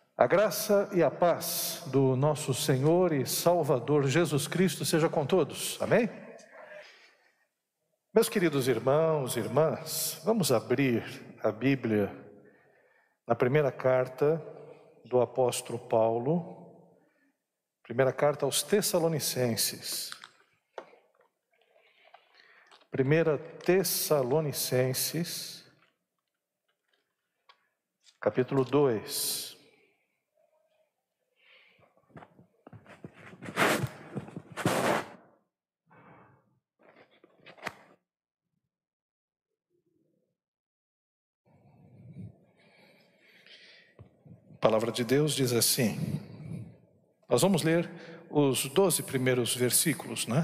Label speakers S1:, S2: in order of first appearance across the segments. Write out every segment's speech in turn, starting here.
S1: A graça e a paz do nosso Senhor e Salvador Jesus Cristo seja com todos. Amém? Meus queridos irmãos e irmãs, vamos abrir a Bíblia na primeira carta do apóstolo Paulo, primeira carta aos Tessalonicenses. Primeira Tessalonicenses, capítulo 2. A palavra de Deus diz assim, nós vamos ler os 12 primeiros versículos, né?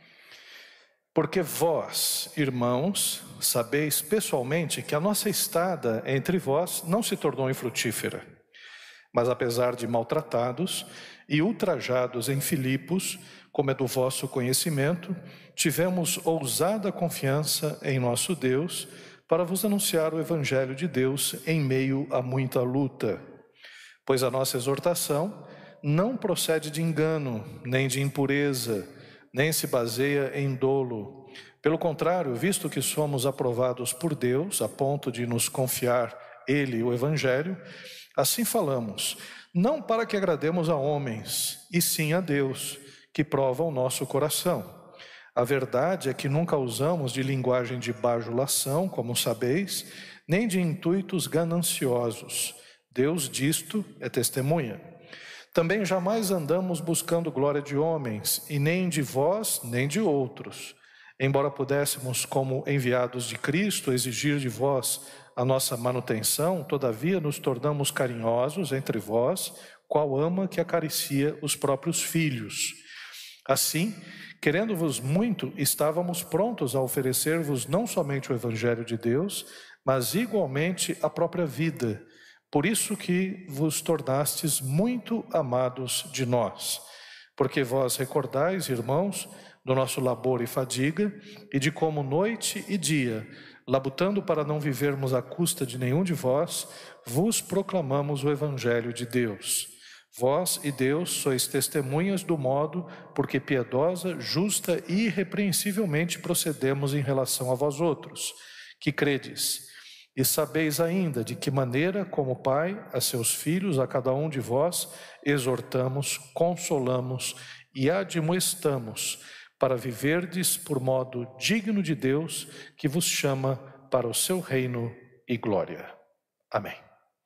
S1: Porque vós, irmãos, sabeis pessoalmente que a nossa estada entre vós não se tornou infrutífera, mas apesar de maltratados e ultrajados em Filipos, como é do vosso conhecimento, tivemos ousada confiança em nosso Deus para vos anunciar o Evangelho de Deus em meio a muita luta. Pois a nossa exortação não procede de engano, nem de impureza, nem se baseia em dolo. Pelo contrário, visto que somos aprovados por Deus, a ponto de nos confiar Ele o Evangelho, assim falamos, não para que agrademos a homens, e sim a Deus, que prova o nosso coração. A verdade é que nunca usamos de linguagem de bajulação, como sabeis, nem de intuitos gananciosos. Deus disto é testemunha. Também jamais andamos buscando glória de homens, e nem de vós, nem de outros. Embora pudéssemos, como enviados de Cristo, exigir de vós a nossa manutenção, todavia nos tornamos carinhosos entre vós, qual ama que acaricia os próprios filhos. Assim, querendo-vos muito, estávamos prontos a oferecer-vos não somente o Evangelho de Deus, mas igualmente a própria vida, por isso que vos tornastes muito amados de nós. Porque vós recordais, irmãos, do nosso labor e fadiga, e de como noite e dia, labutando para não vivermos à custa de nenhum de vós, vos proclamamos o Evangelho de Deus. Vós e Deus sois testemunhas do modo porque piedosa, justa e irrepreensivelmente procedemos em relação a vós outros, que credes. E sabeis ainda de que maneira, como Pai, a seus filhos, a cada um de vós, exortamos, consolamos e admoestamos, para viverdes por modo digno de Deus, que vos chama para o seu reino e glória. Amém.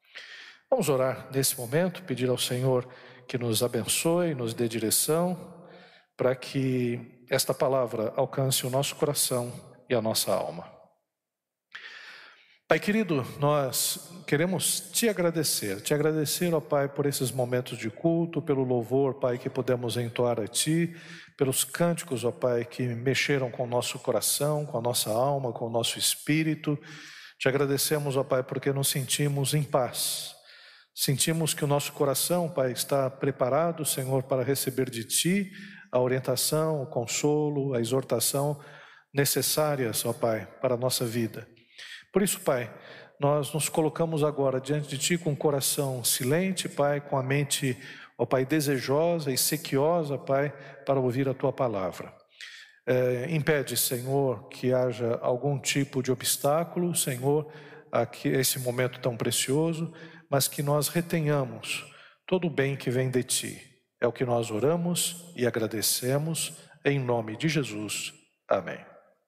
S1: Vamos orar nesse momento, pedir ao Senhor que nos abençoe, nos dê direção, para que esta palavra alcance o nosso coração e a nossa alma. Pai querido, nós queremos te agradecer, ó Pai, por esses momentos de culto, pelo louvor, Pai, que podemos entoar a Ti, pelos cânticos, ó Pai, que mexeram com o nosso coração, com a nossa alma, com o nosso espírito. Te agradecemos, ó Pai, porque nos sentimos em paz. Sentimos que o nosso coração, Pai, está preparado, Senhor, para receber de Ti a orientação, o consolo, a exortação necessárias, ó Pai, para a nossa vida. Por isso, Pai, nós nos colocamos agora diante de Ti com o coração silente, Pai, com a mente, ó Pai, desejosa e sequiosa, Pai, para ouvir a Tua palavra. Impede, Senhor, que haja algum tipo de obstáculo, Senhor, a esse momento tão precioso, mas que nós retenhamos todo o bem que vem de Ti. É o que nós oramos e agradecemos, em nome de Jesus. Amém.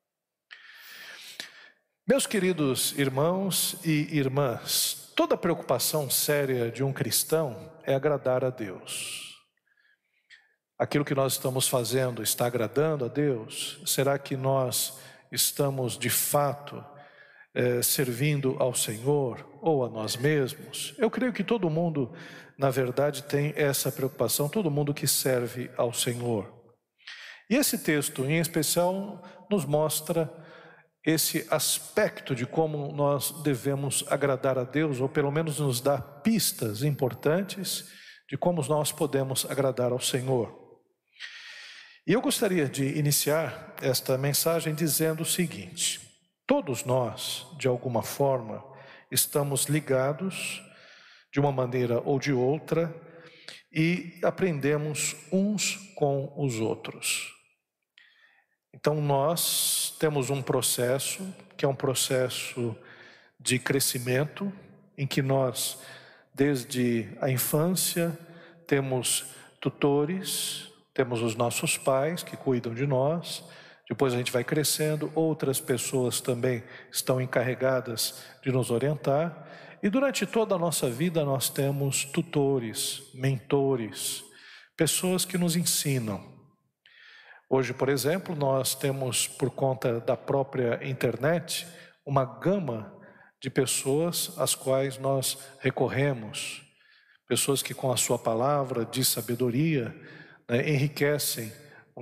S1: Meus queridos irmãos e irmãs, toda preocupação séria de um cristão é agradar a Deus. Aquilo que nós estamos fazendo está agradando a Deus? Será que nós estamos de fato servindo ao Senhor ou a nós mesmos? Eu creio que todo mundo, na verdade, tem essa preocupação, todo mundo que serve ao Senhor. E esse texto, em especial, nos mostra esse aspecto de como nós devemos agradar a Deus, ou pelo menos nos dá pistas importantes de como nós podemos agradar ao Senhor. E eu gostaria de iniciar esta mensagem dizendo o seguinte: todos nós, de alguma forma, estamos ligados de uma maneira ou de outra, e aprendemos uns com os outros. Então nós temos um processo, que é um processo de crescimento, em que nós, desde a infância, temos tutores, temos os nossos pais que cuidam de nós, depois a gente vai crescendo, outras pessoas também estão encarregadas de nos orientar, e durante toda a nossa vida nós temos tutores, mentores, pessoas que nos ensinam. Hoje, por exemplo, nós temos, por conta da própria internet, uma gama de pessoas às quais nós recorremos, pessoas que com a sua palavra de sabedoria, né, enriquecem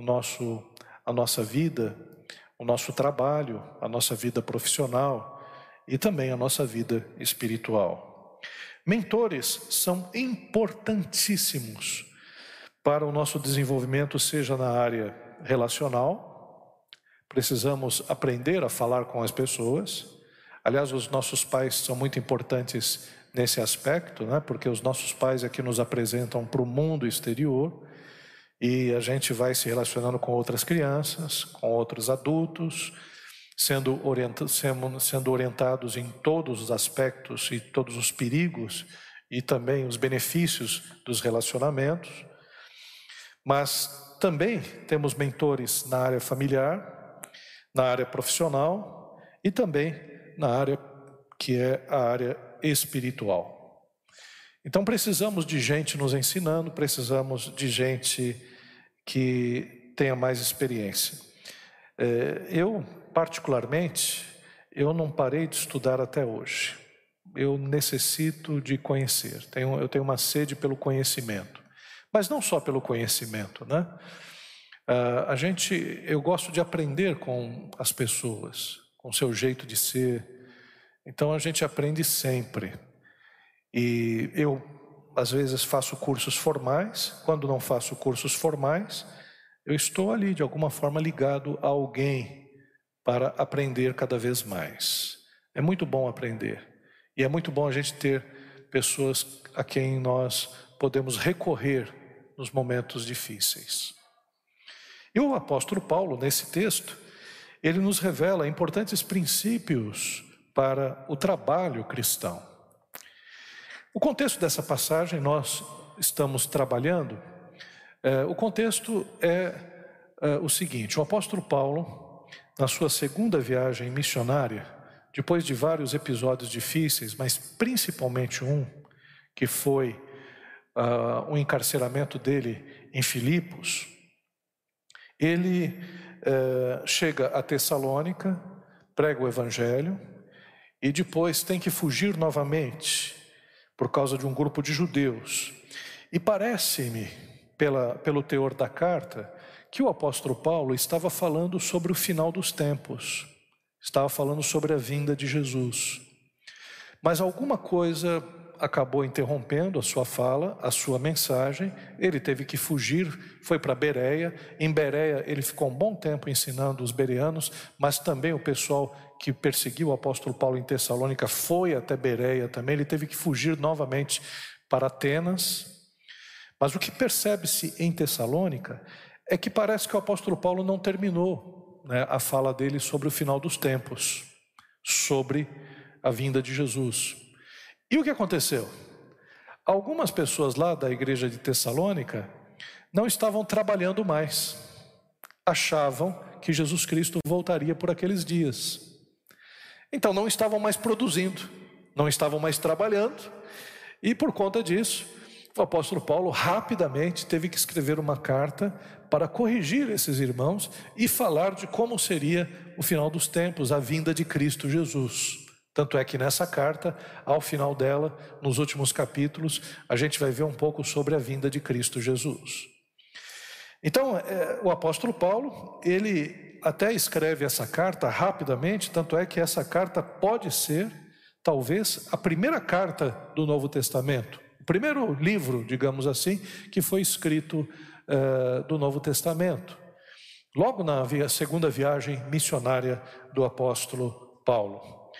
S1: a nossa vida, o nosso trabalho, a nossa vida profissional e também a nossa vida espiritual. Mentores são importantíssimos para o nosso desenvolvimento, seja na área relacional, precisamos aprender a falar com as pessoas. Aliás, os nossos pais são muito importantes nesse aspecto, né? Porque os nossos pais é que nos apresentam para o mundo exterior e a gente vai se relacionando com outras crianças, com outros adultos, sendo orientados em todos os aspectos e todos os perigos e também os benefícios dos relacionamentos. Mas também temos mentores na área familiar, na área profissional e também na área que é a área espiritual. Então precisamos de gente nos ensinando, precisamos de gente que tenha mais experiência. Eu, particularmente, eu não parei de estudar até hoje. Eu necessito de conhecer, eu tenho uma sede pelo conhecimento. Mas não só pelo conhecimento, né? Eu gosto de aprender com as pessoas, com o seu jeito de ser. Então a gente aprende sempre. E eu, às vezes, faço cursos formais. Quando não faço cursos formais, eu estou ali, de alguma forma, ligado a alguém para aprender cada vez mais. É muito bom aprender. E é muito bom a gente ter pessoas a quem nós podemos recorrer nos momentos difíceis. E o apóstolo Paulo, nesse texto, ele nos revela importantes princípios para o trabalho cristão. O contexto dessa passagem, nós estamos trabalhando, o contexto é o seguinte: o apóstolo Paulo, na sua segunda viagem missionária, depois de vários episódios difíceis, mas principalmente um, que foi o encarceramento dele em Filipos, ele chega a Tessalônica, prega o evangelho e depois tem que fugir novamente por causa de um grupo de judeus. E parece-me, pelo teor da carta, que o apóstolo Paulo estava falando sobre o final dos tempos, estava falando sobre a vinda de Jesus. Mas alguma coisa acabou interrompendo a sua fala, a sua mensagem. Ele teve que fugir, foi para Bereia. Em Bereia ele ficou um bom tempo ensinando os bereanos, mas também o pessoal que perseguiu o apóstolo Paulo em Tessalônica foi até Bereia também. Ele teve que fugir novamente para Atenas. Mas o que percebe-se em Tessalônica é que parece que o apóstolo Paulo não terminou, né, a fala dele sobre o final dos tempos, sobre a vinda de Jesus. E o que aconteceu? Algumas pessoas lá da igreja de Tessalônica não estavam trabalhando mais. Achavam que Jesus Cristo voltaria por aqueles dias. Então não estavam mais produzindo, não estavam mais trabalhando. E por conta disso, o apóstolo Paulo rapidamente teve que escrever uma carta para corrigir esses irmãos e falar de como seria o final dos tempos, a vinda de Cristo Jesus. Tanto é que nessa carta, ao final dela, nos últimos capítulos, a gente vai ver um pouco sobre a vinda de Cristo Jesus. Então, o apóstolo Paulo, ele até escreve essa carta rapidamente, tanto é que essa carta pode ser, talvez, a primeira carta do Novo Testamento. O primeiro livro, digamos assim, que foi escrito do Novo Testamento. Logo na segunda viagem missionária do apóstolo Paulo.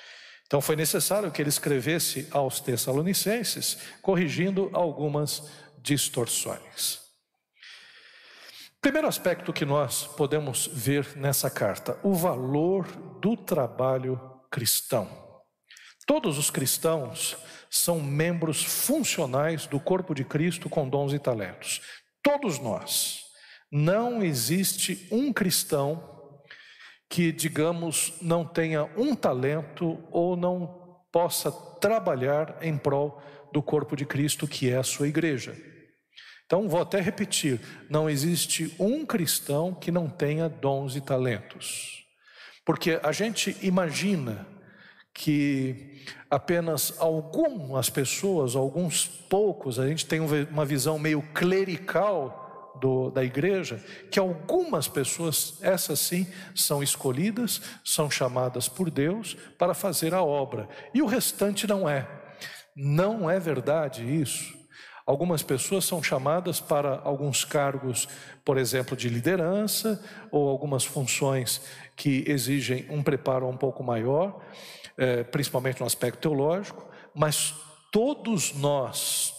S1: Então foi necessário que ele escrevesse aos Tessalonicenses, corrigindo algumas distorções. Primeiro aspecto que nós podemos ver nessa carta: o valor do trabalho cristão. Todos os cristãos são membros funcionais do corpo de Cristo com dons e talentos. Todos nós. Não existe um cristão que, digamos, não tenha um talento ou não possa trabalhar em prol do corpo de Cristo, que é a sua igreja. Então, vou até repetir: não existe um cristão que não tenha dons e talentos. Porque a gente imagina que apenas algumas pessoas, alguns poucos, a gente tem uma visão meio clerical da igreja, que algumas pessoas, essas sim, são escolhidas, são chamadas por Deus para fazer a obra, e o restante não é. Não é verdade isso. Algumas pessoas são chamadas para alguns cargos, por exemplo, de liderança, ou algumas funções que exigem um preparo um pouco maior, principalmente no aspecto teológico, mas todos nós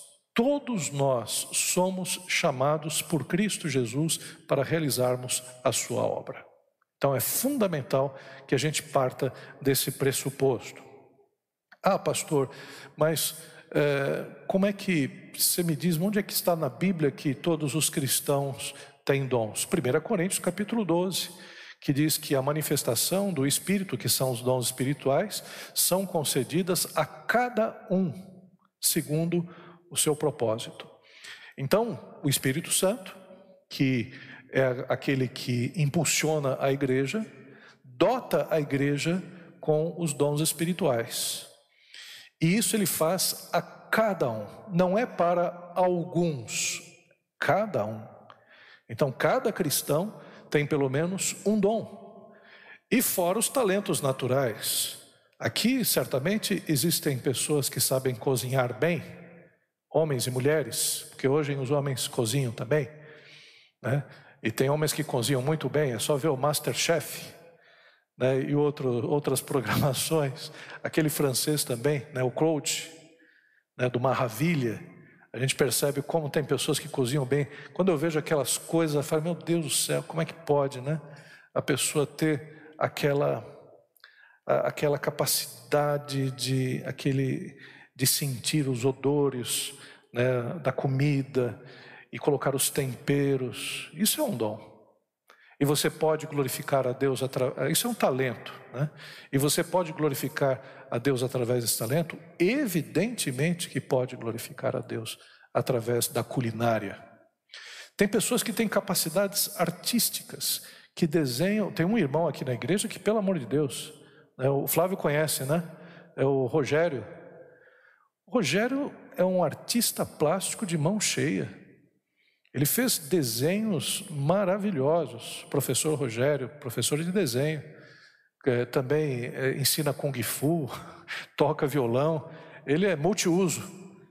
S1: somos chamados por Cristo Jesus para realizarmos a sua obra. Então é fundamental que a gente parta desse pressuposto. Ah, pastor, mas como é que você me diz, onde é que está na Bíblia que todos os cristãos têm dons? 1 Coríntios capítulo 12, que diz que a manifestação do Espírito, que são os dons espirituais, são concedidas a cada um, segundo o seu propósito. Então, o Espírito Santo, que é aquele que impulsiona a igreja, dota a igreja com os dons espirituais. E isso ele faz a cada um, não é para alguns, cada um. Então, cada cristão tem pelo menos um dom. E fora os talentos naturais. Aqui, certamente, existem pessoas que sabem cozinhar bem, homens e mulheres, porque hoje os homens cozinham também, né? E tem homens que cozinham muito bem, é só ver o MasterChef, né? E outras programações, aquele francês também, né? O Claude, né? Do Maravilha. A gente percebe como tem pessoas que cozinham bem. Quando eu vejo aquelas coisas, eu falo, meu Deus do céu, como é que pode, né? A pessoa ter aquela capacidade de sentir os odores, né, da comida e colocar os temperos. Isso é um dom. E você pode glorificar a Deus isso é um talento, né? E você pode glorificar a Deus através desse talento? Evidentemente que pode glorificar a Deus através da culinária. Tem pessoas que têm capacidades artísticas, que desenham. Tem um irmão aqui na igreja que, pelo amor de Deus, né, o Flávio conhece, né? É o Rogério. O Rogério é um artista plástico de mão cheia. Ele fez desenhos maravilhosos. Professor Rogério, professor de desenho, também ensina Kung Fu, toca violão. Ele é multiuso,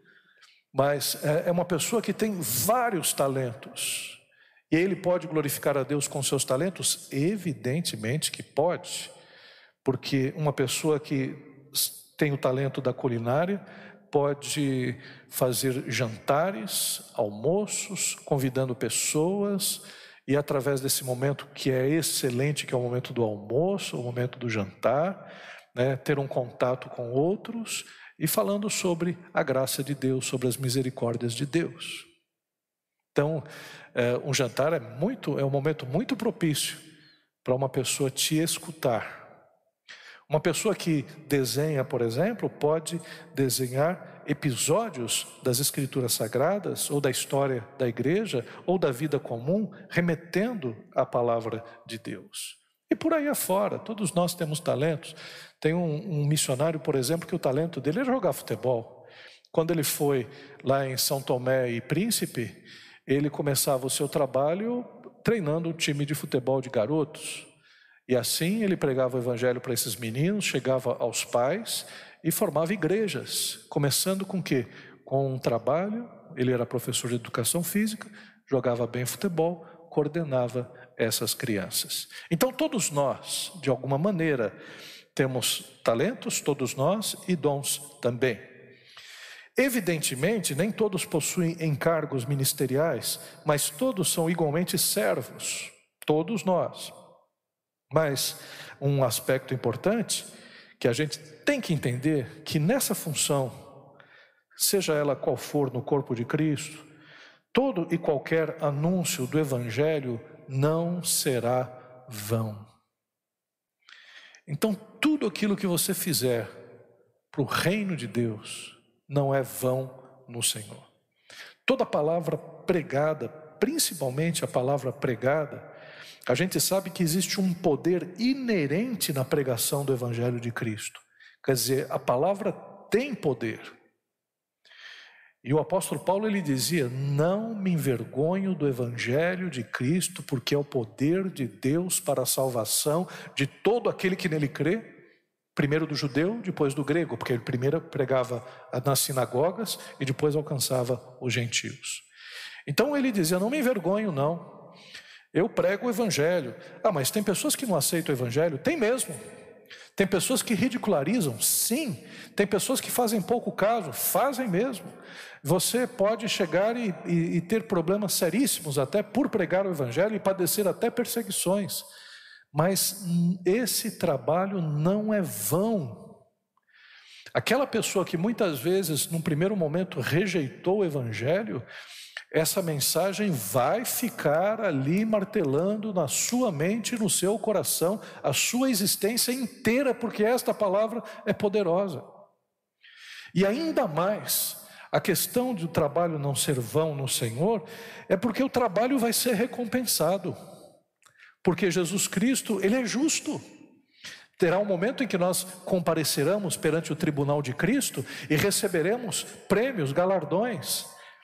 S1: mas é uma pessoa que tem vários talentos. E ele pode glorificar a Deus com seus talentos? Evidentemente que pode, porque uma pessoa que tem o talento da culinária pode fazer jantares, almoços, convidando pessoas, e através desse momento que é excelente, que é o momento do almoço, o momento do jantar, né, ter um contato com outros e falando sobre a graça de Deus, sobre as misericórdias de Deus. Então, um jantar é um momento muito propício para uma pessoa te escutar. Uma pessoa que desenha, por exemplo, pode desenhar episódios das Escrituras Sagradas, ou da história da igreja, ou da vida comum, remetendo à palavra de Deus. E por aí afora, todos nós temos talentos. Tem um missionário, por exemplo, que o talento dele é jogar futebol. Quando ele foi lá em São Tomé e Príncipe, ele começava o seu trabalho treinando um time de futebol de garotos. E assim ele pregava o evangelho para esses meninos, chegava aos pais e formava igrejas. Começando com o quê? Com um trabalho, ele era professor de educação física, jogava bem futebol, coordenava essas crianças. Então todos nós, de alguma maneira, Temos talentos, todos nós, e dons também. Evidentemente, nem todos possuem encargos ministeriais, mas todos são igualmente servos, todos nós. Mas um aspecto importante que a gente tem que entender, que nessa função, seja ela qual for no corpo de Cristo, todo e qualquer anúncio do Evangelho não será vão. Então, tudo aquilo que você fizer para o reino de Deus não é vão no Senhor. Toda palavra pregada, principalmente a palavra pregada, a gente sabe que existe um poder inerente na pregação do Evangelho de Cristo. Quer dizer, a palavra tem poder. E o apóstolo Paulo, ele dizia: não me envergonho do Evangelho de Cristo, porque é o poder de Deus para a salvação de todo aquele que nele crê, primeiro do judeu, depois do grego, porque ele primeiro pregava nas sinagogas e depois alcançava os gentios. Então ele dizia: não me envergonho não, eu prego o Evangelho. Ah, mas tem pessoas que não aceitam o Evangelho? Tem mesmo. Tem pessoas que ridicularizam? Sim. Tem pessoas que fazem pouco caso? Fazem mesmo. Você pode chegar e ter problemas seríssimos até por pregar o Evangelho e padecer até perseguições. Mas esse trabalho não é vão. Aquela pessoa que muitas vezes, num primeiro momento, rejeitou o Evangelho, essa mensagem vai ficar ali martelando na sua mente, no seu coração, a sua existência inteira, porque esta palavra é poderosa. E ainda mais, a questão do trabalho não ser vão no Senhor, é porque o trabalho vai ser recompensado. Porque Jesus Cristo, Ele é justo. Terá um momento em que nós compareceremos perante o tribunal de Cristo e receberemos prêmios, galardões.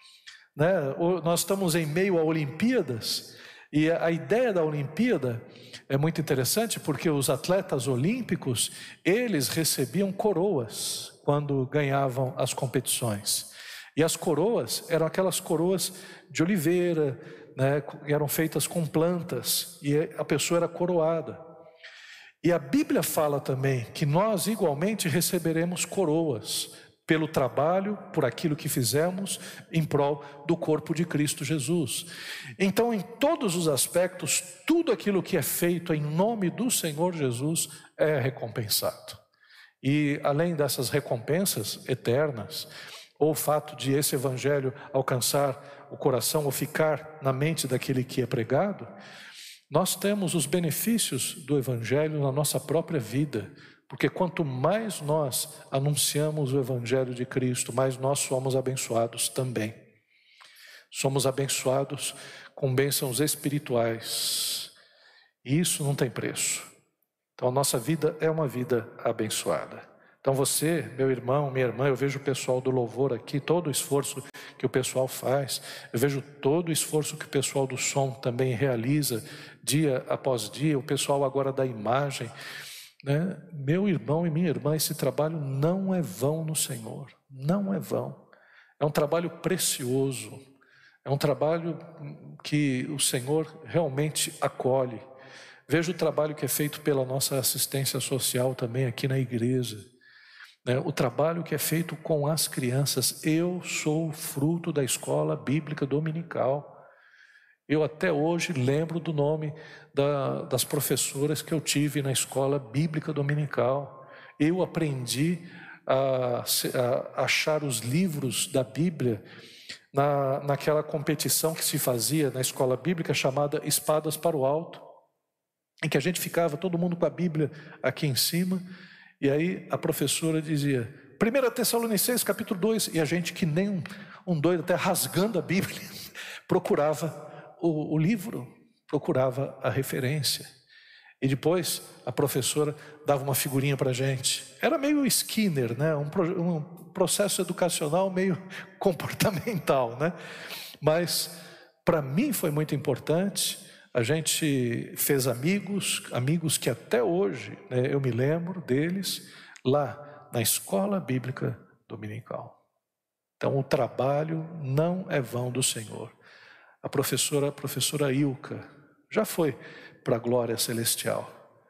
S1: Nós estamos em meio a Olimpíadas, e a ideia da Olimpíada é muito interessante, porque os atletas olímpicos, eles recebiam coroas quando ganhavam as competições. E as coroas eram aquelas coroas de oliveira, eram feitas com plantas, e a pessoa era coroada. E a Bíblia fala também que nós igualmente receberemos coroas pelo trabalho, por aquilo que fizemos em prol do corpo de Cristo Jesus. Então, em todos os aspectos, tudo aquilo que é feito em nome do Senhor Jesus é recompensado. E além dessas recompensas eternas, ou o fato de esse Evangelho alcançar o coração ou ficar na mente daquele que é pregado, nós temos os benefícios do Evangelho na nossa própria vida. Porque quanto mais nós anunciamos o Evangelho de Cristo, mais nós somos abençoados também. Somos abençoados com bênçãos espirituais. E isso não tem preço. Então a nossa vida é uma vida abençoada. Então você, meu irmão, minha irmã, eu vejo o pessoal do louvor aqui, todo o esforço que o pessoal faz. Eu vejo todo o esforço que o pessoal do som também realiza, dia após dia. O pessoal agora da imagem. Meu irmão e minha irmã, esse trabalho não é vão no Senhor, não é vão. É um trabalho precioso, é um trabalho que o Senhor realmente acolhe. Veja o trabalho que é feito pela nossa assistência social também aqui na igreja, o trabalho que é feito com as crianças. Eu sou fruto da escola bíblica dominical. Eu até hoje lembro do nome das professoras que eu tive na escola bíblica dominical. Eu aprendi a achar os livros da Bíblia naquela competição que se fazia na escola bíblica chamada Espadas para o Alto, em que a gente ficava todo mundo com a Bíblia aqui em cima, e aí a professora dizia 1 Tessalonicenses capítulo 2, e a gente, que nem um doido, até rasgando a Bíblia, procurava o livro, procurava a referência. E depois a professora dava uma figurinha para a gente. Era meio Skinner, um processo educacional meio comportamental, Mas para mim foi muito importante. A gente fez amigos que até hoje, eu me lembro deles, lá na escola bíblica dominical. Então o trabalho não é vão do Senhor. A professora Ilka já foi para a glória celestial.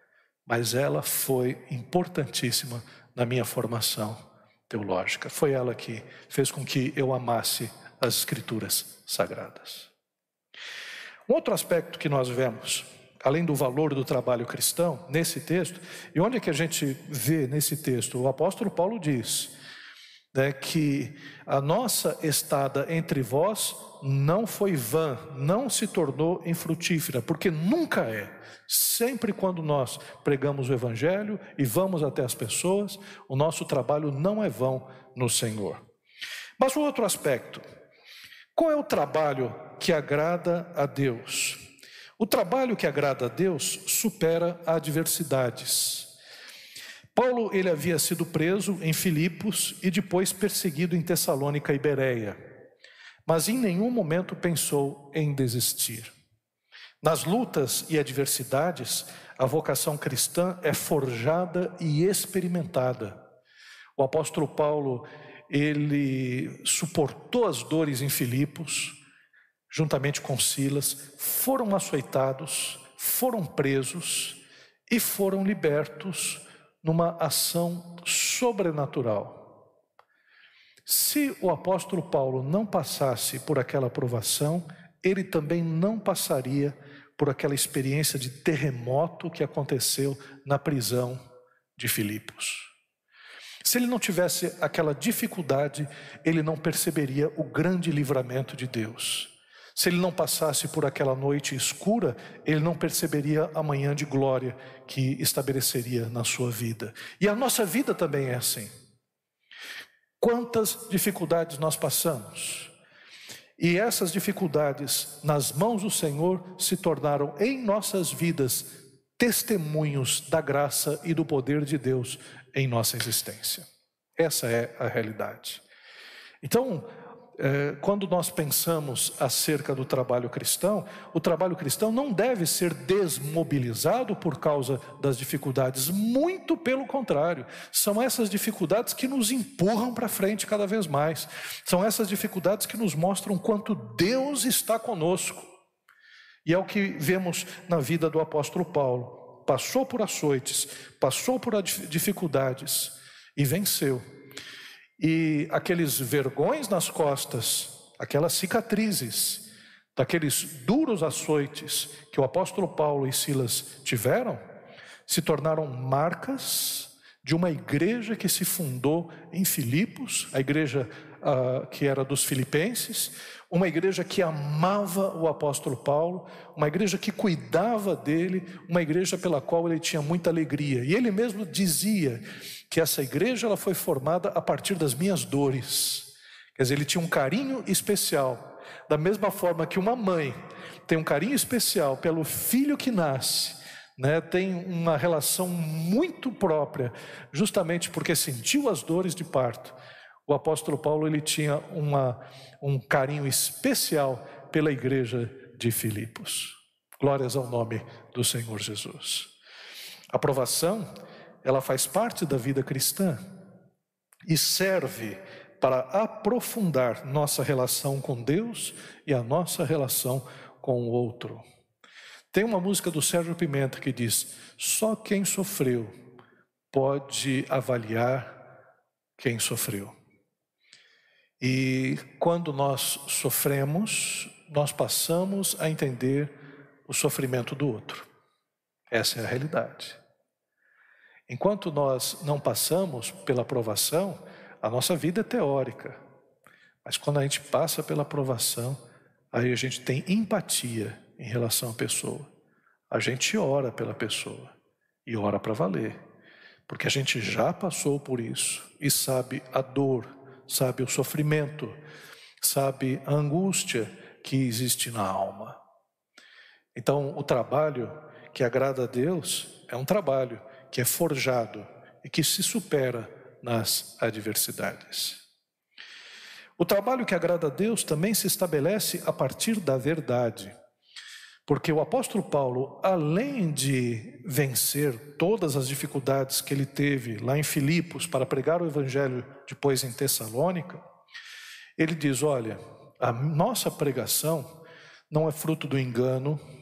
S1: mas ela foi importantíssima na minha formação teológica. Foi ela que fez com que eu amasse as Escrituras Sagradas. Um outro aspecto que nós vemos, além do valor do trabalho cristão, nesse texto, e onde é que a gente vê nesse texto? O apóstolo Paulo diz, né, que a nossa estada entre vós não foi vã, não se tornou infrutífera, porque nunca é. Sempre quando nós pregamos o Evangelho e vamos até as pessoas, o nosso trabalho não é vão no Senhor. Mas um outro aspecto, qual é o trabalho que agrada a Deus? O trabalho que agrada a Deus supera adversidades. Paulo, ele havia sido preso em Filipos e depois perseguido em Tessalônica e Bereia, mas em nenhum momento pensou em desistir. Nas lutas e adversidades, a vocação cristã é forjada e experimentada. O apóstolo Paulo, ele suportou as dores em Filipos, juntamente com Silas, foram açoitados, foram presos e foram libertos numa ação sobrenatural. Se o apóstolo Paulo não passasse por aquela provação, ele também não passaria por aquela experiência de terremoto que aconteceu na prisão de Filipos. Se ele não tivesse aquela dificuldade, ele não perceberia o grande livramento de Deus. Se ele não passasse por aquela noite escura, ele não perceberia a manhã de glória que estabeleceria na sua vida. E a nossa vida também é assim. Quantas dificuldades nós passamos? E essas dificuldades, nas mãos do Senhor, se tornaram em nossas vidas testemunhos da graça e do poder de Deus em nossa existência. Essa é a realidade. Então, quando nós pensamos acerca do trabalho cristão, o trabalho cristão não deve ser desmobilizado por causa das dificuldades, muito pelo contrário, são essas dificuldades que nos empurram para frente cada vez mais, são essas dificuldades que nos mostram quanto Deus está conosco, e é o que vemos na vida do apóstolo Paulo. Passou por açoites, passou por dificuldades e venceu. E aqueles vergões nas costas, aquelas cicatrizes, daqueles duros açoites que o apóstolo Paulo e Silas tiveram, se tornaram marcas de uma igreja que se fundou em Filipos, a igreja que era dos filipenses, uma igreja que amava o apóstolo Paulo, uma igreja que cuidava dele, uma igreja pela qual ele tinha muita alegria. E ele mesmo dizia que essa igreja ela foi formada a partir das minhas dores. Quer dizer, ele tinha um carinho especial, da mesma forma que uma mãe tem um carinho especial pelo filho que nasce, né? Tem uma relação muito própria, justamente porque sentiu as dores de parto. O apóstolo Paulo ele tinha um carinho especial pela igreja de Filipos. Glórias ao nome do Senhor Jesus. A provação, ela faz parte da vida cristã e serve para aprofundar nossa relação com Deus e a nossa relação com o outro. Tem uma música do Sérgio Pimenta que diz: só quem sofreu pode avaliar quem sofreu. E quando nós sofremos, nós passamos a entender o sofrimento do outro. Essa é a realidade. Enquanto nós não passamos pela provação, a nossa vida é teórica. Mas quando a gente passa pela provação, aí a gente tem empatia em relação à pessoa. A gente ora pela pessoa e ora para valer. Porque a gente já passou por isso e sabe a dor, sabe o sofrimento, sabe a angústia que existe na alma. Então, o trabalho que agrada a Deus é um trabalho que é forjado e que se supera nas adversidades. O trabalho que agrada a Deus também se estabelece a partir da verdade. Porque o apóstolo Paulo, além de vencer todas as dificuldades que ele teve lá em Filipos para pregar o evangelho depois em Tessalônica, ele diz: olha, a nossa pregação não é fruto do engano,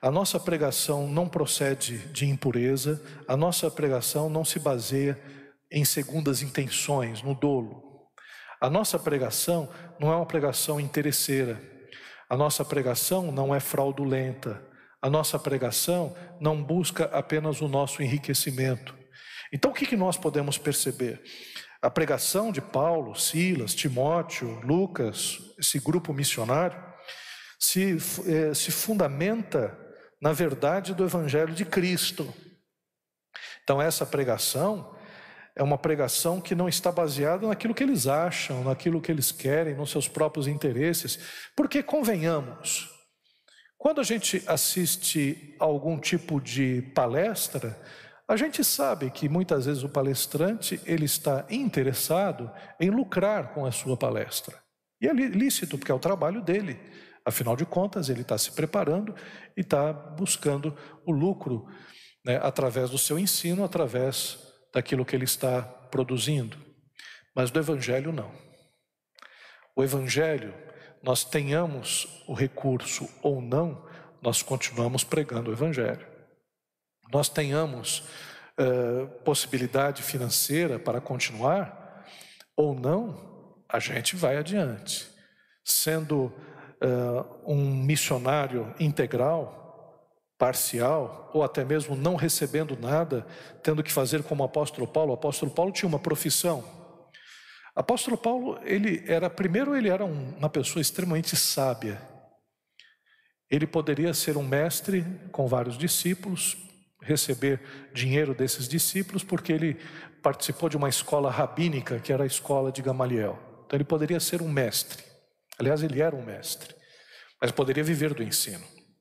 S1: A nossa pregação não procede de impureza, a nossa pregação não se baseia em segundas intenções, no dolo. A nossa pregação não é uma pregação interesseira, a nossa pregação não é fraudulenta, a nossa pregação não busca apenas o nosso enriquecimento. Então o que nós podemos perceber? A pregação de Paulo, Silas, Timóteo, Lucas, esse grupo missionário, se fundamenta na verdade do Evangelho de Cristo. Então essa pregação é uma pregação que não está baseada naquilo que eles acham, naquilo que eles querem, nos seus próprios interesses. Porque, convenhamos, quando a gente assiste a algum tipo de palestra, a gente sabe que muitas vezes o palestrante ele está interessado em lucrar com a sua palestra. E é lícito, porque é o trabalho dele. Afinal de contas, ele está se preparando e está buscando o lucro, né, através do seu ensino, através daquilo que ele está produzindo. Mas do Evangelho não. O Evangelho, nós tenhamos o recurso ou não, nós continuamos pregando o Evangelho. Nós tenhamos possibilidade financeira para continuar ou não, a gente vai adiante. Sendo um missionário integral, parcial, ou até mesmo não recebendo nada, tendo que fazer como o apóstolo Paulo. O apóstolo Paulo tinha uma profissão. O apóstolo Paulo, ele era uma pessoa extremamente sábia. Ele poderia ser um mestre com vários discípulos, receber dinheiro desses discípulos, porque ele participou de uma escola rabínica, que era a escola de Gamaliel. Então ele poderia ser um mestre. Aliás, ele era um mestre, mas poderia viver do ensino.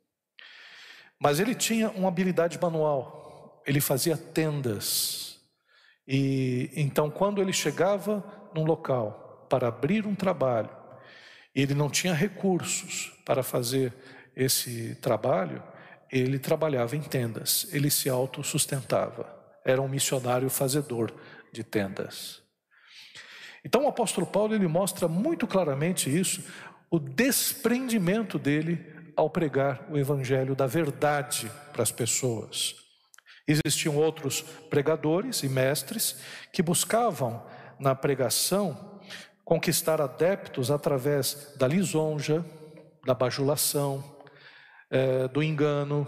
S1: Mas ele tinha uma habilidade manual, ele fazia tendas. E então, quando ele chegava num local para abrir um trabalho, e ele não tinha recursos para fazer esse trabalho, ele trabalhava em tendas, ele se autossustentava, era um missionário fazedor de tendas. Então o apóstolo Paulo, ele mostra muito claramente isso, o desprendimento dele ao pregar o evangelho da verdade para as pessoas. Existiam outros pregadores e mestres que buscavam na pregação conquistar adeptos através da lisonja, da bajulação, do engano,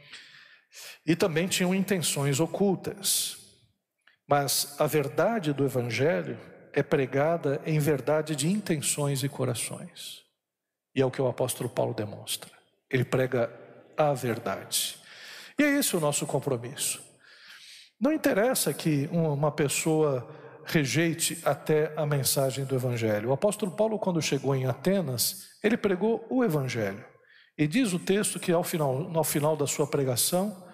S1: e também tinham intenções ocultas. Mas a verdade do evangelho é pregada em verdade de intenções e corações. E é o que o apóstolo Paulo demonstra. Ele prega a verdade. E é esse o nosso compromisso. Não interessa que uma pessoa rejeite até a mensagem do evangelho. O apóstolo Paulo, quando chegou em Atenas, ele pregou o evangelho. E diz o texto que ao final da sua pregação,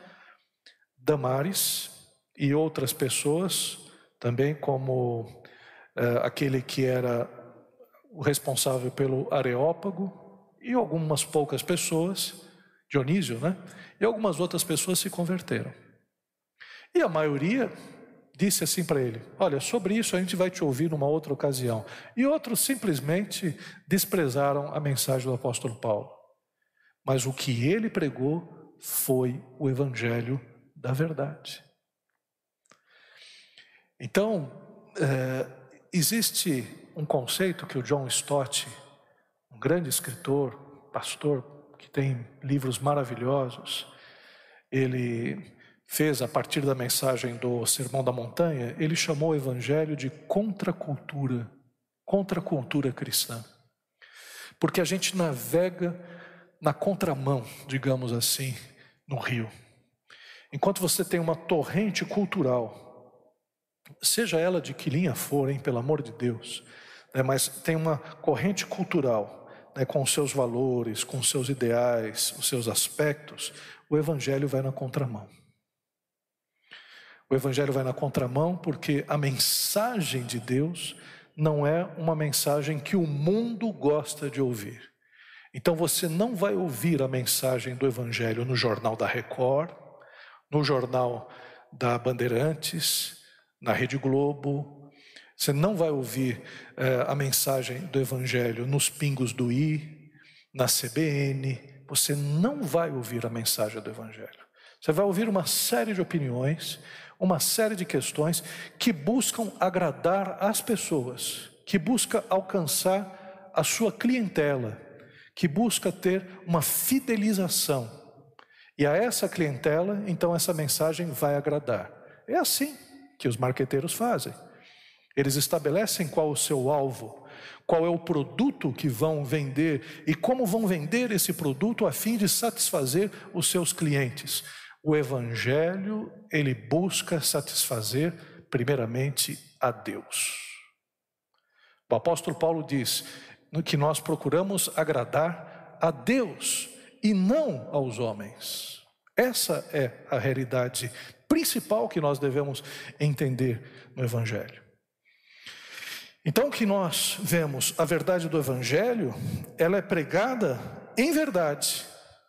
S1: Damares e outras pessoas, também como aquele que era o responsável pelo Areópago, e algumas poucas pessoas, Dionísio, né? E algumas outras pessoas se converteram. E a maioria disse assim para ele: olha, sobre isso a gente vai te ouvir numa outra ocasião. E outros simplesmente desprezaram a mensagem do apóstolo Paulo. Mas o que ele pregou foi o evangelho da verdade. Então, existe um conceito que o John Stott, um grande escritor, pastor, que tem livros maravilhosos, ele fez a partir da mensagem do Sermão da Montanha, ele chamou o evangelho de contracultura cristã. Porque a gente navega na contramão, digamos assim, no rio. Enquanto você tem uma torrente cultural, seja ela de que linha for, pelo amor de Deus, né, mas tem uma corrente cultural, né, com os seus valores, com os seus ideais, os seus aspectos, o evangelho vai na contramão. O evangelho vai na contramão porque a mensagem de Deus não é uma mensagem que o mundo gosta de ouvir. Então você não vai ouvir a mensagem do evangelho no jornal da Record, no jornal da Bandeirantes, na Rede Globo. Você não vai ouvir a mensagem do evangelho nos pingos do i, na CBN. você não vai ouvir a mensagem do Evangelho. Você vai ouvir uma série de opiniões, uma série de questões que buscam agradar as pessoas, que busca alcançar a sua clientela, que busca ter uma fidelização. E a essa clientela, então, essa mensagem vai agradar. É assim que os marqueteiros fazem. Eles estabelecem qual o seu alvo, qual é o produto que vão vender e como vão vender esse produto a fim de satisfazer os seus clientes. O Evangelho, ele busca satisfazer primeiramente a Deus. O apóstolo Paulo diz que nós procuramos agradar a Deus e não aos homens. Essa é a realidade principal que nós devemos entender no Evangelho. Então o que nós vemos, a verdade do Evangelho, ela é pregada em verdade.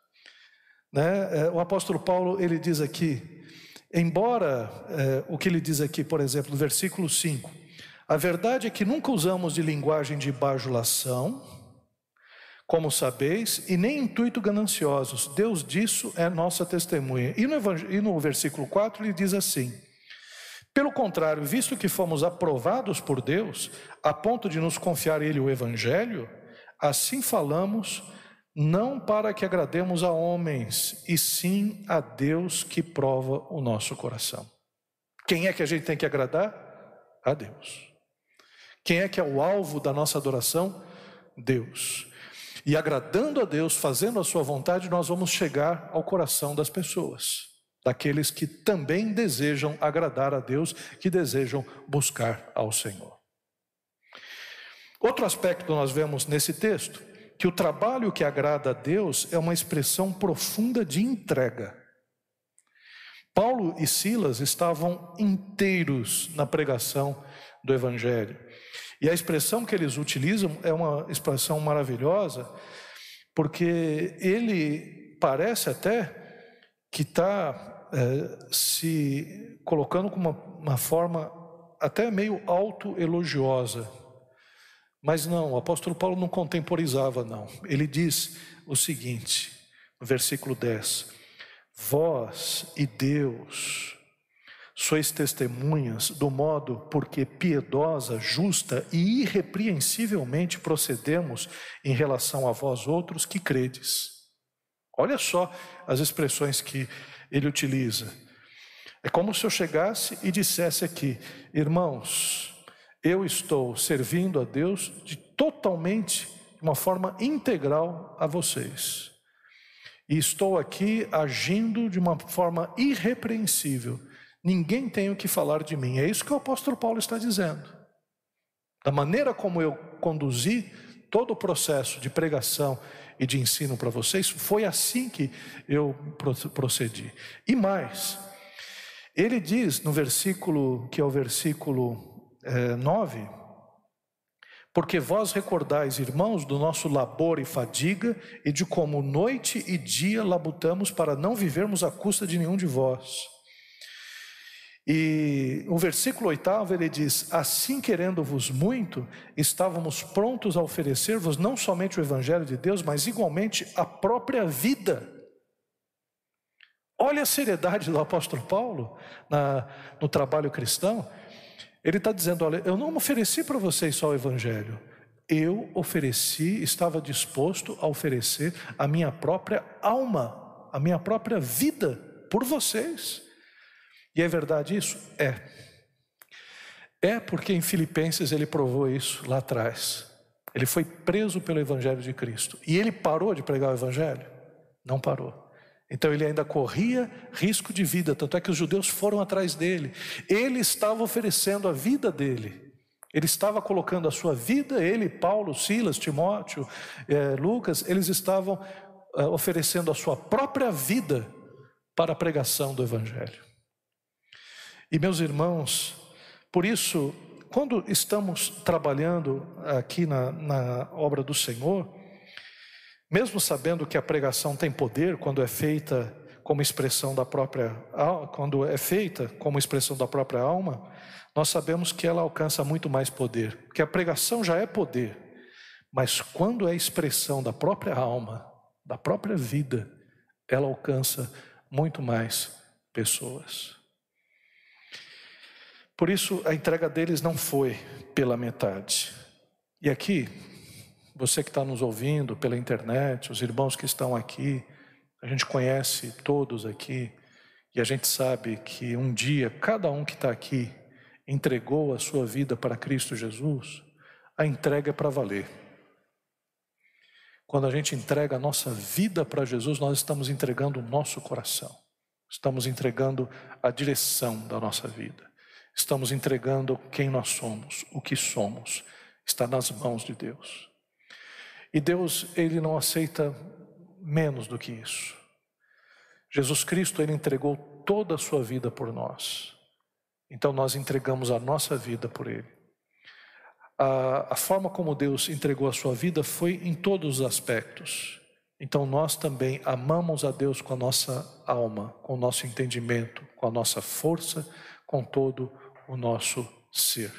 S1: O apóstolo Paulo, ele diz aqui, embora o que ele diz aqui, por exemplo, no versículo 5, a verdade é que nunca usamos de linguagem de bajulação, como sabeis, e nem intuito gananciosos. Deus disso é nossa testemunha. E no versículo 4 ele diz assim: pelo contrário, visto que fomos aprovados por Deus, a ponto de nos confiar Ele o Evangelho, assim falamos, não para que agrademos a homens, e sim a Deus que prova o nosso coração. Quem é que a gente tem que agradar? A Deus. Quem é que é o alvo da nossa adoração? Deus. E agradando a Deus, fazendo a sua vontade, nós vamos chegar ao coração das pessoas, daqueles que também desejam agradar a Deus, que desejam buscar ao Senhor. Outro aspecto nós vemos nesse texto, que o trabalho que agrada a Deus é uma expressão profunda de entrega. Paulo e Silas estavam inteiros na pregação do Evangelho. E a expressão que eles utilizam é uma expressão maravilhosa, porque ele parece até que está se colocando com uma forma até meio autoelogiosa. Mas não, o apóstolo Paulo não contemporizava, não. Ele diz o seguinte, no versículo 10: vós e Deus sois testemunhas do modo porque piedosa, justa e irrepreensivelmente procedemos em relação a vós outros que credes. Olha só as expressões que ele utiliza. É como se eu chegasse e dissesse aqui: irmãos, eu estou servindo a Deus totalmente, de uma forma integral a vocês. E estou aqui agindo de uma forma irrepreensível. Ninguém tem o que falar de mim. É isso que o apóstolo Paulo está dizendo. Da maneira como eu conduzi todo o processo de pregação e de ensino para vocês, foi assim que eu procedi. E mais, ele diz no versículo, que é o versículo 9: porque vós recordais, irmãos, do nosso labor e fadiga, e de como noite e dia labutamos para não vivermos à custa de nenhum de vós. E o versículo 8 ele diz: assim querendo-vos muito, estávamos prontos a oferecer-vos não somente o Evangelho de Deus, mas igualmente a própria vida. Olha a seriedade do apóstolo Paulo no trabalho cristão. Ele está dizendo: olha, eu não ofereci para vocês só o Evangelho, eu ofereci, estava disposto a oferecer a minha própria alma, a minha própria vida por vocês. E é verdade isso? É porque em Filipenses ele provou isso lá atrás. Ele foi preso pelo Evangelho de Cristo. E ele parou de pregar o Evangelho? Não parou. Então ele ainda corria risco de vida, tanto é que os judeus foram atrás dele. Ele estava oferecendo a vida dele. Ele estava colocando a sua vida, ele, Paulo, Silas, Timóteo, Lucas, eles estavam oferecendo a sua própria vida para a pregação do Evangelho. E meus irmãos, por isso, quando estamos trabalhando aqui na obra do Senhor, mesmo sabendo que a pregação tem poder quando é feita como expressão da própria alma, nós sabemos que ela alcança muito mais poder, porque a pregação já é poder, mas quando é expressão da própria alma, da própria vida, ela alcança muito mais pessoas. Por isso, a entrega deles não foi pela metade. E aqui, você que está nos ouvindo pela internet, os irmãos que estão aqui, a gente conhece todos aqui, e a gente sabe que um dia, cada um que está aqui, entregou a sua vida para Cristo Jesus, a entrega é para valer. Quando a gente entrega a nossa vida para Jesus, nós estamos entregando o nosso coração. Estamos entregando a direção da nossa vida. Estamos entregando quem nós somos, o que somos. Está nas mãos de Deus. E Deus, Ele não aceita menos do que isso. Jesus Cristo, Ele entregou toda a sua vida por nós. Então nós entregamos a nossa vida por Ele. A forma como Deus entregou a sua vida foi em todos os aspectos. Então nós também amamos a Deus com a nossa alma, com o nosso entendimento, com a nossa força, com todo o nosso ser.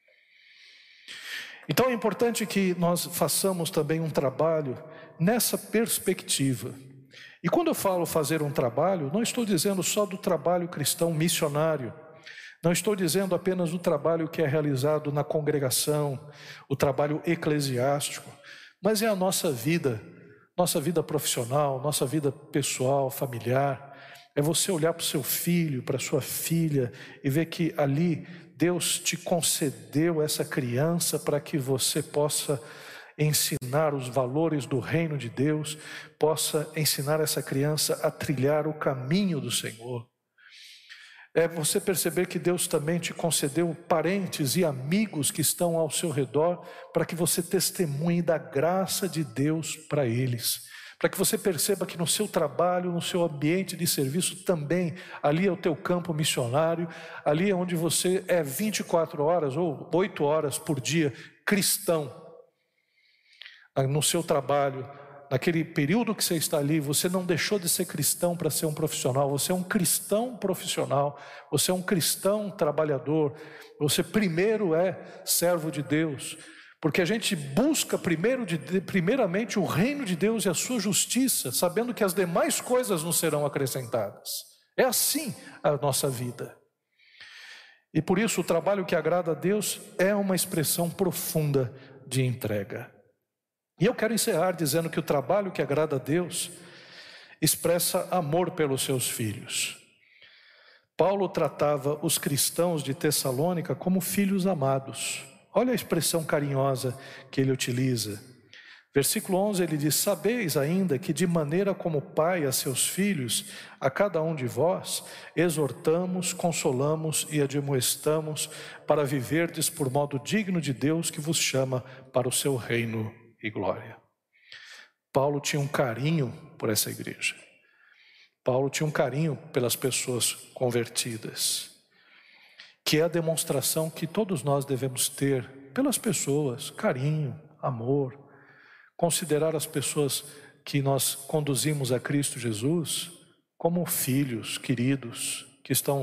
S1: Então é importante que nós façamos também um trabalho nessa perspectiva. E quando eu falo fazer um trabalho, não estou dizendo só do trabalho cristão missionário. Não estou dizendo apenas do trabalho que é realizado na congregação, o trabalho eclesiástico, mas é a nossa vida profissional, nossa vida pessoal, familiar. É você olhar para o seu filho, para a sua filha e ver que ali Deus te concedeu essa criança para que você possa ensinar os valores do reino de Deus, possa ensinar essa criança a trilhar o caminho do Senhor. É você perceber que Deus também te concedeu parentes e amigos que estão ao seu redor para que você testemunhe da graça de Deus para eles. Para que você perceba que no seu trabalho, no seu ambiente de serviço também, ali é o teu campo missionário, ali é onde você é 24 horas ou 8 horas por dia cristão. No seu trabalho, naquele período que você está ali, você não deixou de ser cristão para ser um profissional. Você é um cristão profissional, você é um cristão trabalhador. Você primeiro é servo de Deus, porque a gente busca primeiramente o reino de Deus e a sua justiça, sabendo que as demais coisas nos serão acrescentadas. É assim a nossa vida. E por isso o trabalho que agrada a Deus é uma expressão profunda de entrega. E eu quero encerrar dizendo que o trabalho que agrada a Deus expressa amor pelos seus filhos. Paulo tratava os cristãos de Tessalônica como filhos amados. Olha a expressão carinhosa que ele utiliza. Versículo 11 ele diz: sabeis ainda que de maneira como pai a seus filhos, a cada um de vós, exortamos, consolamos e admoestamos para viverdes por modo digno de Deus que vos chama para o seu reino e glória. Paulo tinha um carinho por essa igreja. Paulo tinha um carinho pelas pessoas convertidas, que é a demonstração que todos nós devemos ter pelas pessoas: carinho, amor, considerar as pessoas que nós conduzimos a Cristo Jesus como filhos queridos, que estão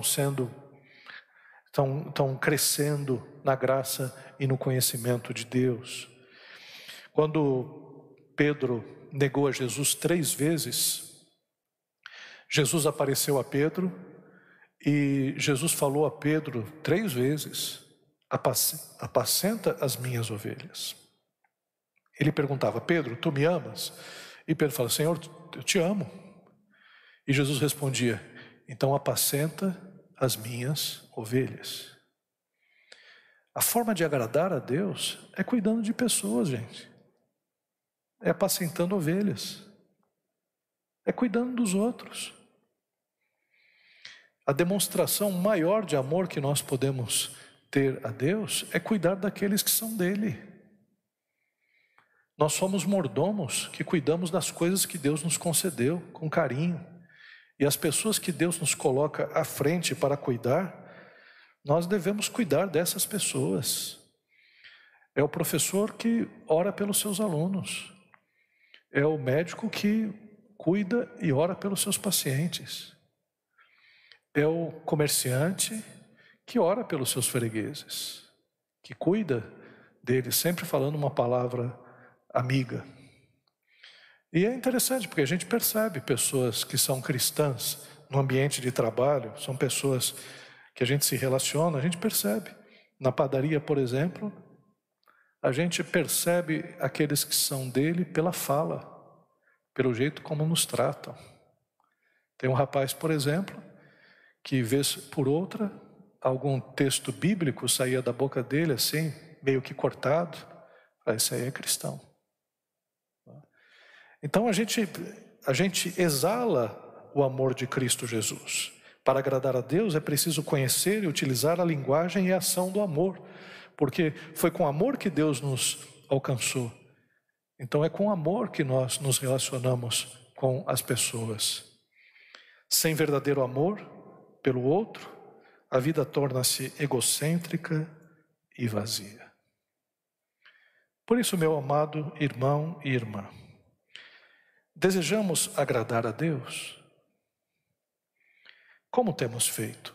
S1: crescendo na graça e no conhecimento de Deus. Quando Pedro negou a Jesus 3 vezes, Jesus apareceu a Pedro e Jesus falou a Pedro 3 vezes: apacenta as minhas ovelhas. Ele perguntava: Pedro, tu me amas? E Pedro fala: Senhor, eu te amo. E Jesus respondia: então apacenta as minhas ovelhas. A forma de agradar a Deus é cuidando de pessoas, gente. É apacentando ovelhas. É cuidando dos outros. A demonstração maior de amor que nós podemos ter a Deus é cuidar daqueles que são dele. Nós somos mordomos que cuidamos das coisas que Deus nos concedeu com carinho. E as pessoas que Deus nos coloca à frente para cuidar, nós devemos cuidar dessas pessoas. É o professor que ora pelos seus alunos. É o médico que cuida e ora pelos seus pacientes. É o comerciante que ora pelos seus fregueses, que cuida deles, sempre falando uma palavra amiga. E é interessante porque a gente percebe pessoas que são cristãs no ambiente de trabalho, são pessoas que a gente se relaciona, a gente percebe. Na padaria, por exemplo, a gente percebe aqueles que são dele pela fala, pelo jeito como nos tratam. Tem um rapaz, por exemplo, que vez por outra, algum texto bíblico saía da boca dele assim, meio que cortado. Esse aí é cristão. Então a gente exala o amor de Cristo Jesus. Para agradar a Deus é preciso conhecer e utilizar a linguagem e a ação do amor, porque foi com amor que Deus nos alcançou. Então é com amor que nós nos relacionamos com as pessoas. Sem verdadeiro amor pelo outro, a vida torna-se egocêntrica e vazia. Por isso, meu amado irmão e irmã, desejamos agradar a Deus? Como temos feito?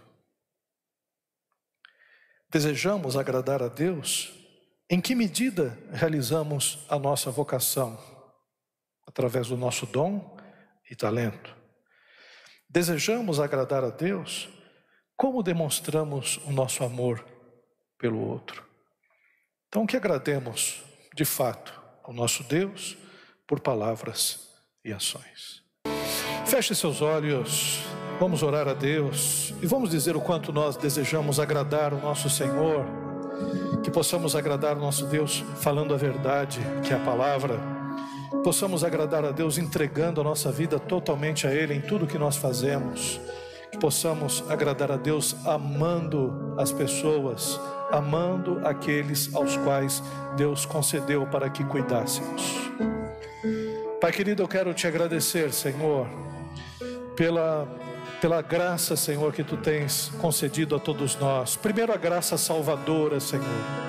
S1: Desejamos agradar a Deus? Em que medida realizamos a nossa vocação? Através do nosso dom e talento. Desejamos agradar a Deus? Como demonstramos o nosso amor pelo outro? Então que agrademos, de fato, ao nosso Deus por palavras e ações. Feche seus olhos, vamos orar a Deus e vamos dizer o quanto nós desejamos agradar o nosso Senhor, que possamos agradar o nosso Deus falando a verdade, que é a palavra, possamos agradar a Deus entregando a nossa vida totalmente a Ele em tudo que nós fazemos, que possamos agradar a Deus amando as pessoas, amando aqueles aos quais Deus concedeu para que cuidássemos. Pai querido, eu quero te agradecer, Senhor, pela graça, Senhor, que Tu tens concedido a todos nós. Primeiro a graça salvadora, Senhor,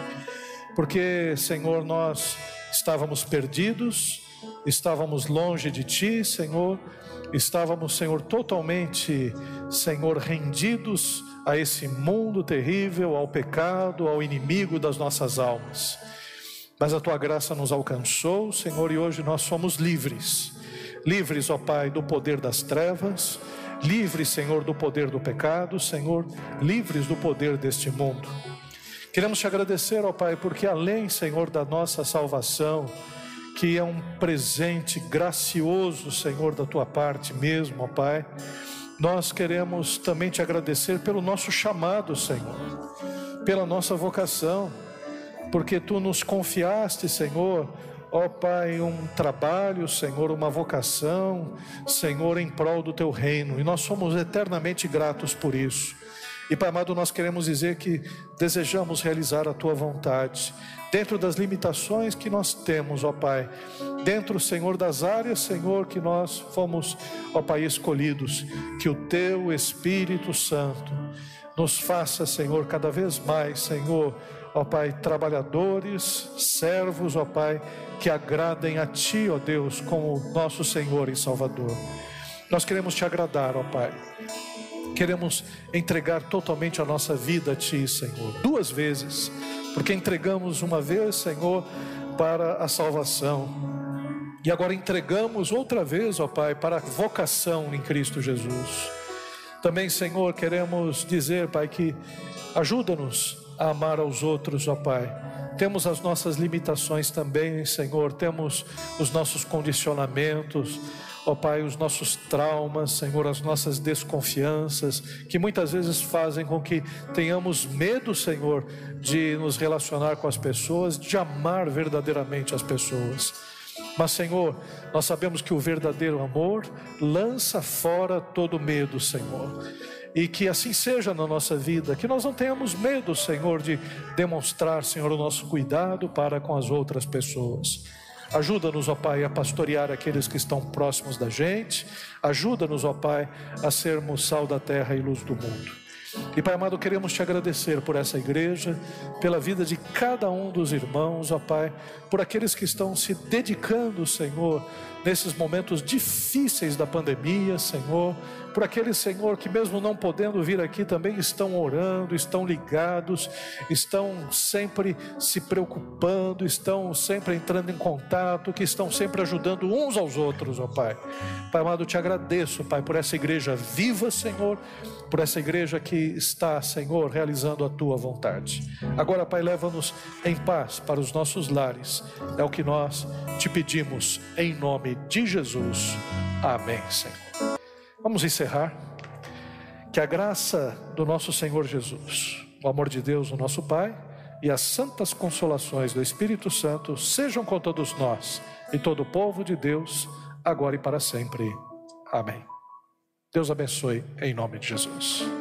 S1: porque, Senhor, nós estávamos perdidos, estávamos longe de Ti, Senhor, estávamos, Senhor, totalmente, Senhor, rendidos a esse mundo terrível, ao pecado, ao inimigo das nossas almas. Mas a Tua graça nos alcançou, Senhor, e hoje nós somos livres. Livres, ó Pai, do poder das trevas, livres, Senhor, do poder do pecado, Senhor, livres do poder deste mundo. Queremos Te agradecer, ó Pai, porque além, Senhor, da nossa salvação, que é um presente gracioso, Senhor, da Tua parte mesmo, ó Pai, nós queremos também Te agradecer pelo nosso chamado, Senhor, pela nossa vocação, porque Tu nos confiaste, Senhor, ó Pai, um trabalho, Senhor, uma vocação, Senhor, em prol do Teu reino, e nós somos eternamente gratos por isso. E Pai amado, nós queremos dizer que desejamos realizar a Tua vontade, dentro das limitações que nós temos, ó Pai, dentro, Senhor, das áreas, Senhor, que nós fomos, ó Pai, escolhidos, que o Teu Espírito Santo nos faça, Senhor, cada vez mais, Senhor, ó Pai, trabalhadores, servos, ó Pai, que agradem a Ti, ó Deus, como nosso Senhor e Salvador. Nós queremos Te agradar, ó Pai. Queremos entregar totalmente a nossa vida a Ti, Senhor. 2 vezes, porque entregamos uma vez, Senhor, para a salvação. E agora entregamos outra vez, ó Pai, para a vocação em Cristo Jesus. Também, Senhor, queremos dizer, Pai, que ajuda-nos a amar aos outros, ó Pai. Temos as nossas limitações também, Senhor, temos os nossos condicionamentos, ó Pai, os nossos traumas, Senhor, as nossas desconfianças, que muitas vezes fazem com que tenhamos medo, Senhor, de nos relacionar com as pessoas, de amar verdadeiramente as pessoas. Mas, Senhor, nós sabemos que o verdadeiro amor lança fora todo medo, Senhor. E que assim seja na nossa vida, que nós não tenhamos medo, Senhor, de demonstrar, Senhor, o nosso cuidado para com as outras pessoas. Ajuda-nos, ó Pai, a pastorear aqueles que estão próximos da gente. Ajuda-nos, ó Pai, a sermos sal da terra e luz do mundo. E Pai amado, queremos te agradecer por essa igreja, pela vida de cada um dos irmãos, ó Pai, por aqueles que estão se dedicando, Senhor, nesses momentos difíceis da pandemia, Senhor, por aqueles, Senhor, que mesmo não podendo vir aqui também estão orando, estão ligados, estão sempre se preocupando, estão sempre entrando em contato, que estão sempre ajudando uns aos outros, ó Pai. Pai amado, te agradeço, Pai, por essa igreja viva, Senhor, por essa igreja que está, Senhor, realizando a Tua vontade. Agora, Pai, leva-nos em paz para os nossos lares. É o que nós te pedimos, em nome de Jesus. Amém, Senhor. Vamos encerrar. Que a graça do nosso Senhor Jesus, o amor de Deus, o nosso Pai, e as santas consolações do Espírito Santo sejam com todos nós e todo o povo de Deus, agora e para sempre. Amém. Deus abençoe em nome de Jesus.